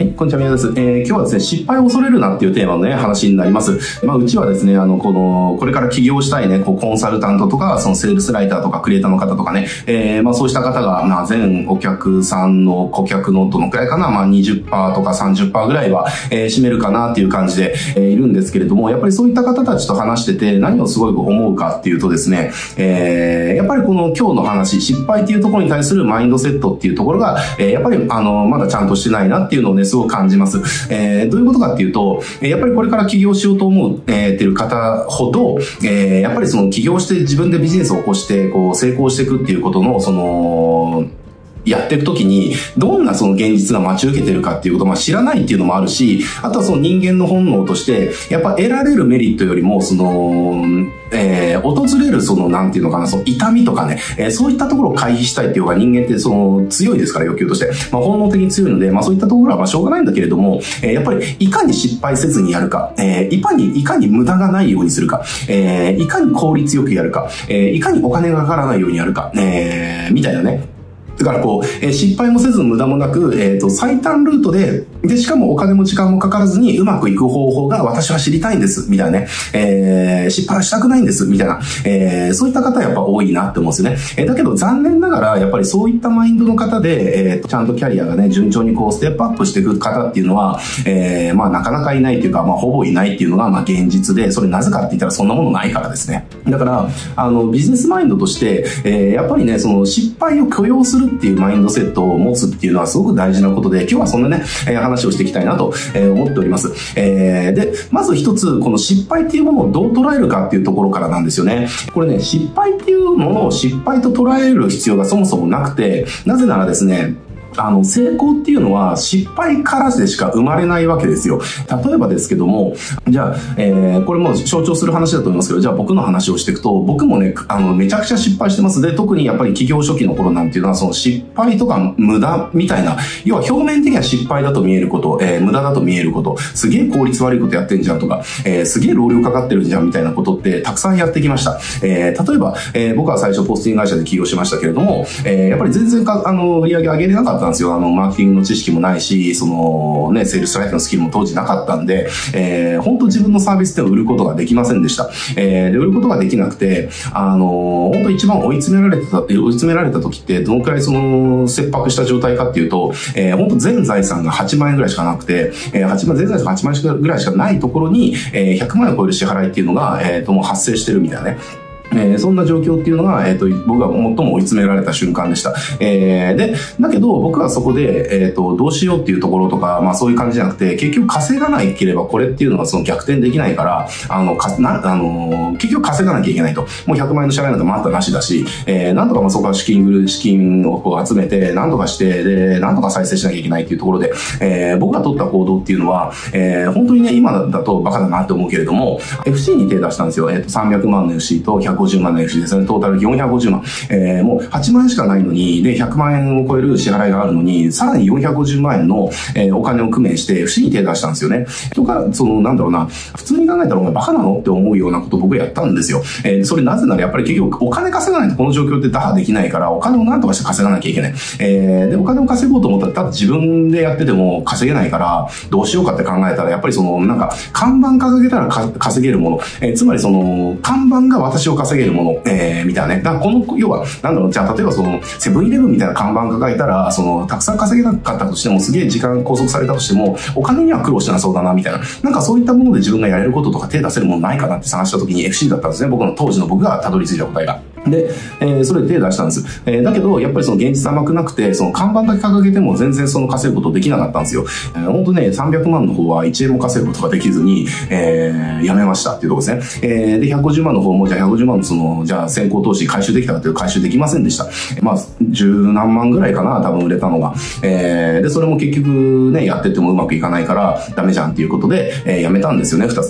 い、こんにちは、宮田です。今日はですね、失敗を恐れるなっていうテーマのね、話になります。うちはですね、これから起業したいね、コンサルタントとか、そのセールスライターとか、クリエイターの方とかね、そうした方が、全お客さんの顧客のどのくらいかな、20% とか 30% ぐらいは、占めるかなっていう感じで、いるんですけれども、やっぱりそういった方たちと話してて、何をすごい思うかっていうとですね、やっぱりこの今日の話、失敗っていうところに対するマインドセットっていうところが、やっぱり、まだちゃんとしてないなっていうのをね、すごく感じます。どういうことかっていうと、やっぱりこれから起業しようと思ってる方ほど、やっぱりその起業して自分でビジネスを起こして、成功していくっていうことの、やっていくときに、どんなその現実が待ち受けてるかっていうことを知らないっていうのもあるし、あとはその人間の本能として、やっぱ得られるメリットよりも、訪れるなんていうのかな、痛みとかね、そういったところを回避したいっていうのが人間って強いですから、欲求として。本能的に強いので、そういったところはしょうがないんだけれども、やっぱりいかに失敗せずにやるか、いかに無駄がないようにするか、いかに効率よくやるか、いかにお金がかからないようにやるか、みたいなね。だから失敗もせず無駄もなく、最短ルートで、しかもお金も時間もかからずにうまくいく方法が私は知りたいんです、みたいなね。失敗はしたくないんです、みたいな。そういった方はやっぱ多いなって思うんですよね。だけど残念ながら、やっぱりそういったマインドの方で、ちゃんとキャリアがね、順調にステップアップしていく方っていうのは、なかなかいないっていうか、ほぼいないっていうのが、現実で、それなぜかって言ったらそんなものないからですね。だから、ビジネスマインドとして、やっぱりね、失敗を許容するっていうマインドセットを持つっていうのはすごく大事なことで、今日はそんなね、話をしていきたいなと思っております。で、まず一つ、この失敗っていうものをどう捉えるかっていうところからなんですよね。これね、失敗っていうものを失敗と捉える必要がそもそもなくて、なぜならですね、成功っていうのは失敗からでしか生まれないわけですよ。例えばですけども、じゃあ、これも象徴する話だと思いますけど、じゃあ僕の話をしていくと、僕もね、めちゃくちゃ失敗してます。で、特にやっぱり起業初期の頃なんていうのは、失敗とか無駄みたいな、要は表面的には失敗だと見えること、無駄だと見えること、すげえ効率悪いことやってんじゃんとか、すげえ労力かかってるじゃんみたいなことってたくさんやってきました。例えば、僕は最初ポスティング会社で起業しましたけれども、やっぱり全然売り上げ上げれなかったんですよ。マーケティングの知識もないし、セールスライターのスキルも当時なかったんで、本当自分のサービスって売ることができませんでした。で、売ることができなくて、本当一番追い詰められた時って、どのくらい切迫した状態かっていうと、本当全財産が8万円ぐらいしかなくて、全財産が8万円ぐらいしかないところに、100万円を超える支払いっていうのが、もう発生してるみたいなね。そんな状況っていうのが、僕が最も追い詰められた瞬間でした。で、だけど僕はそこで、どうしようっていうところとか、そういう感じじゃなくて、結局稼がなければこれっていうのは逆転できないから、結局稼がなきゃいけないと。もう100万円の支払いなんか待ったなしだし、なんとかそこは資金を集めて、なんとかして、で、なんとか再生しなきゃいけないっていうところで、僕が取った行動っていうのは、本当にね、今だとバカだなって思うけれども、FC に手出したんですよ。300万の FC と150万の FC ですね。トータル450万。もう8万円しかないのに、で、100万円を超える支払いがあるのに、さらに450万円の、お金を工面して、FC に手出したんですよね。人から、なんだろうな、普通に考えたらお前バカなのって思うようなことを僕やったんですよ。それなぜならやっぱり結局お金稼がないとこの状況って打破できないから、お金をなんとかして稼がなきゃいけない。で、お金を稼ごうと思ったら、ただ自分でやってても稼げないから、どうしようかって考えたら、やっぱり看板掲げたら稼げるもの、つまり看板が私を稼げるもの、みたいなね。だから要は、じゃあ例えばセブンイレブンみたいな看板抱えたら、たくさん稼げなかったとしても、すげえ時間拘束されたとしても、お金には苦労しなそうだな、みたいな。そういったもので自分がやれることとか手出せるものないかなって探した時に FC だったんですね。当時の僕がたどり着いた答えが。で、それで手出したんです。だけど、やっぱり現実甘くなくて、看板だけ掲げても全然稼ぐことできなかったんですよ。本当ね、300万の方は1円も稼ぐことができずに、やめましたっていうところですね。で、150万の方も、じゃあ150万のじゃあ先行投資回収できたかというと回収できませんでした。10何万ぐらいかな、多分売れたのが。で、それも結局ね、やっててもうまくいかないからダメじゃんっていうことで、やめたんですよね、2つとも。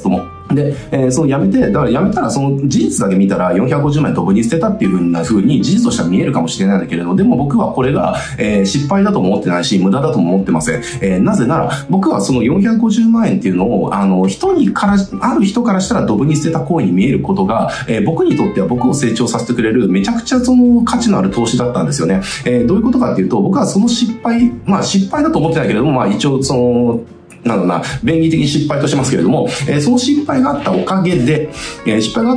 で、その辞めたらその事実だけ見たら450万円ドブに捨てたっていう風に事実としては見えるかもしれないんだけれど、でも僕はこれが、失敗だとも思ってないし、無駄だとも思ってません。なぜなら、僕はその450万円っていうのを、ある人からしたらドブに捨てた行為に見えることが、僕にとっては僕を成長させてくれるめちゃくちゃその価値のある投資だったんですよね。どういうことかっていうと、僕はその失敗だと思ってないけれども、一応便宜的に失敗としますけれども、その失敗があったおかげで、売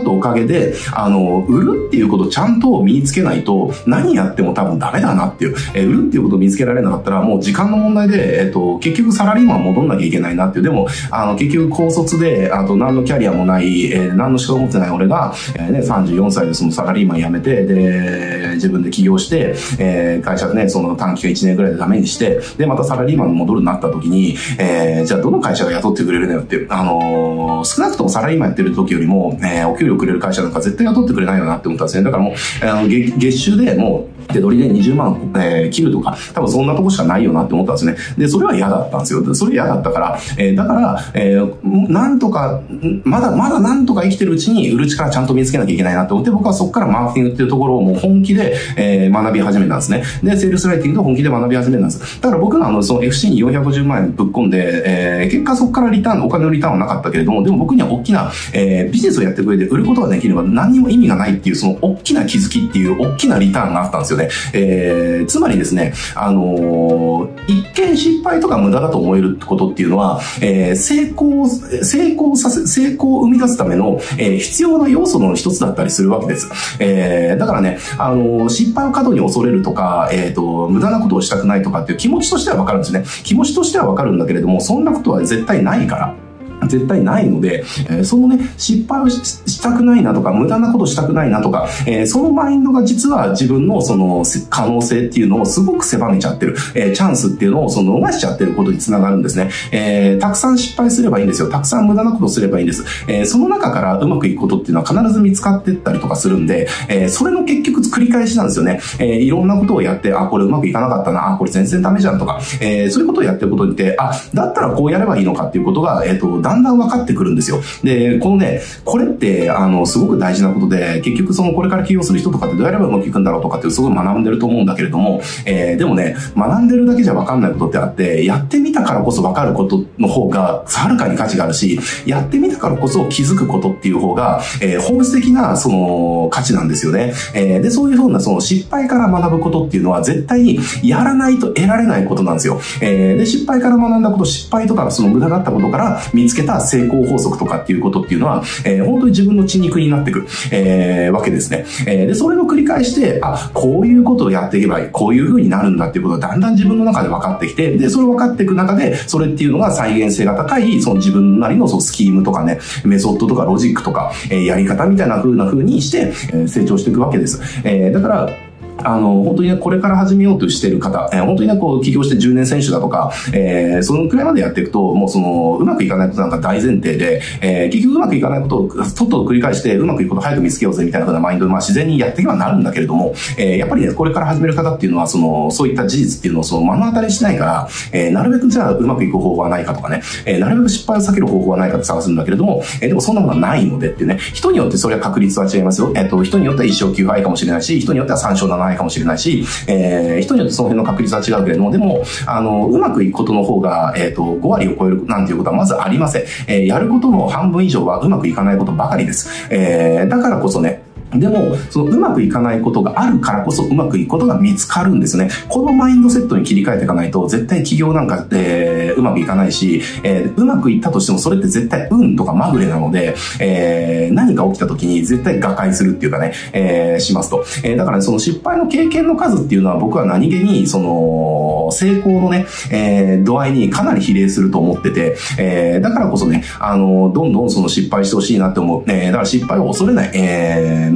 るっていうことをちゃんと身につけないと、何やっても多分ダメだなっていう、売るっていうことを見つけられなかったら、もう時間の問題で、結局サラリーマン戻んなきゃいけないなっていう。でも、結局高卒で、あと何のキャリアもない、何の資格も持ってない俺が、34歳でそのサラリーマン辞めて、で、自分で起業して、会社でね、その短期間1年ぐらいでダメにして、で、またサラリーマンに戻るようになった時に、じゃあどの会社が雇ってくれるのよっていう、少なくともサラリーマンやってる時よりも、お給料くれる会社なんか絶対雇ってくれないよなって思ったんですね。だからもう、月収でもう、手取りで20万、切るとか、多分そんなとこしかないよなって思ったんですね。で、それは嫌だったんですよ。それ嫌だったから、なんとか、まだなんとか生きてるうちに売る力ちゃんと見つけなきゃいけないなって思って、僕はそこからマーケティングっていうところをもう本気で、学び始めたんですね。で、セールスライティングと本気で学び始めたんです。だから僕のその FC に450万円ぶっ込んで、結果そこからお金のリターンはなかったけれども、でも僕には大きな、ビジネスをやってくれて売ることができれば何にも意味がないっていう、その大きな気づきっていう大きなリターンがあったんですよね。つまりですね、一見失敗とか無駄だと思えることっていうのは、成功を生み出すための、必要な要素の一つだったりするわけです。だからね、失敗を過度に恐れるとか、無駄なことをしたくないとかっていう気持ちとしてはわかるんですね。気持ちとしてはわかるんだけれども、そんなことは絶対ないから。絶対ないので、そのね、失敗をしたくないなとか、無駄なことしたくないなとか、そのマインドが実は自分のその可能性っていうのをすごく狭めちゃってる、チャンスっていうのを逃しちゃってることにつながるんですね。たくさん失敗すればいいんですよ。たくさん無駄なことをすればいいんです。その中からうまくいくことっていうのは必ず見つかってったりとかするんで、それの結局繰り返しなんですよね。いろんなことをやって、これうまくいかなかったな、これ全然ダメじゃんとか、そういうことをやってることによって、だったらこうやればいいのかっていうことが、だんだん分かってくるんですよ。で、これって、すごく大事なことで、結局これから起業する人とかってどうやればうまくいくんだろうとかってすごい学んでると思うんだけれども、でもね、学んでるだけじゃ分かんないことってあって、やってみたからこそ分かることの方が、はるかに価値があるし、やってみたからこそ気づくことっていう方が、本質的な、価値なんですよね。で、そういうふうな、失敗から学ぶことっていうのは、絶対にやらないと得られないことなんですよ。で、失敗から学んだこと、失敗とか、無駄だったことから見つけた成功法則とかっていうことっていうのは、本当に自分の血肉になってくる、わけですね。で、それを繰り返して、こういうことをやっていけばいい、こういう風になるんだっていうことがだんだん自分の中で分かってきて、で、それを分かっていく中で、それっていうのが再現性が高い、自分なりのスキームとかね、メソッドとかロジックとか、やり方みたいな風にして、成長していくわけです。だから、本当にね、これから始めようとしている方、本当にね、起業して10年選手だとか、そのくらいまでやっていくと、もううまくいかないことなんか大前提で、結局うまくいかないことをとっと繰り返して、うまくいくことを早く見つけようぜみたいな風なマインドで、自然にやっていけばなるんだけれども、やっぱりね、これから始める方っていうのは、そういった事実っていうのを目の当たりにしないから、なるべくじゃあうまくいく方法はないかとかね、なるべく失敗を避ける方法はないかと探すんだけれども、でもそんなものはないのでっていうね、人によってそれは確率は違いますよ。人によっては1勝9敗かもしれないし、人によっては3勝7敗かもしれないし、人によってその辺の確率は違うけれども、でも、うまくいくことの方が、5割を超えるなんていうことはまずありません。やることの半分以上はうまくいかないことばかりです。だからこそね、でも、うまくいかないことがあるからこそうまくいくことが見つかるんですね。このマインドセットに切り替えていかないと、絶対起業なんか、うまくいかないし、うまくいったとしてもそれって絶対運とかまぐれなので、何か起きた時に絶対瓦解するっていうかね、しますと。だからね、失敗の経験の数っていうのは僕は何気に、成功のね、度合いにかなり比例すると思ってて、だからこそね、どんどん失敗してほしいなって思う。だから失敗を恐れない。無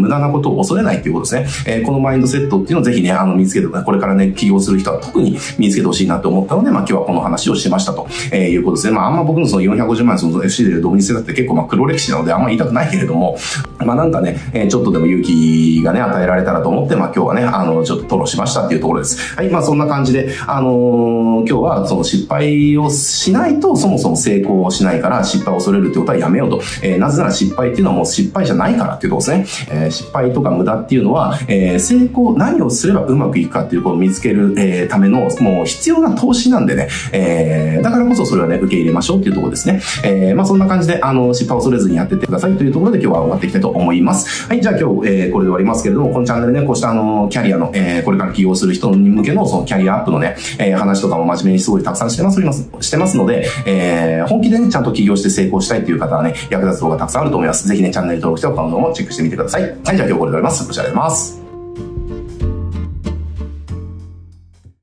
無駄なことを恐れないっていうことですね。このマインドセットっていうのをぜひね、身につけて、これからね、起業する人は特に身につけてほしいなと思ったので、今日はこの話をしましたと、いうことですね。あんま僕のその450万円その FC で導入してたって結構黒歴史なのであんま言いたくないけれども、なんかね、ちょっとでも勇気がね、与えられたらと思って、今日はね、ちょっとトロしましたっていうところです。はい、そんな感じで、今日はその失敗をしないと、そもそも成功をしないから、失敗を恐れるってことはやめようと。なぜなら失敗っていうのはもう失敗じゃないからっていうところですね。失敗とか無駄っていうのは、成功、何をすればうまくいくかっていうことを見つける、ための、もう必要な投資なんでね、だからこそそれはね、受け入れましょうっていうところですね。そんな感じで、失敗を恐れずにやってってくださいというところで今日は終わっていきたいと思います。はい、じゃあ今日、これで終わりますけれども、このチャンネルね、こうしたキャリアの、これから起業する人に向けのそのキャリアアップのね、話とかも真面目にすごいたくさんしてますので、本気でね、ちゃんと起業して成功したいっていう方はね、役立つ動画たくさんあると思います。ぜひね、チャンネル登録して他の動画もチェックしてみてください。はい、じゃあ今日これで終わります。こちらでございます。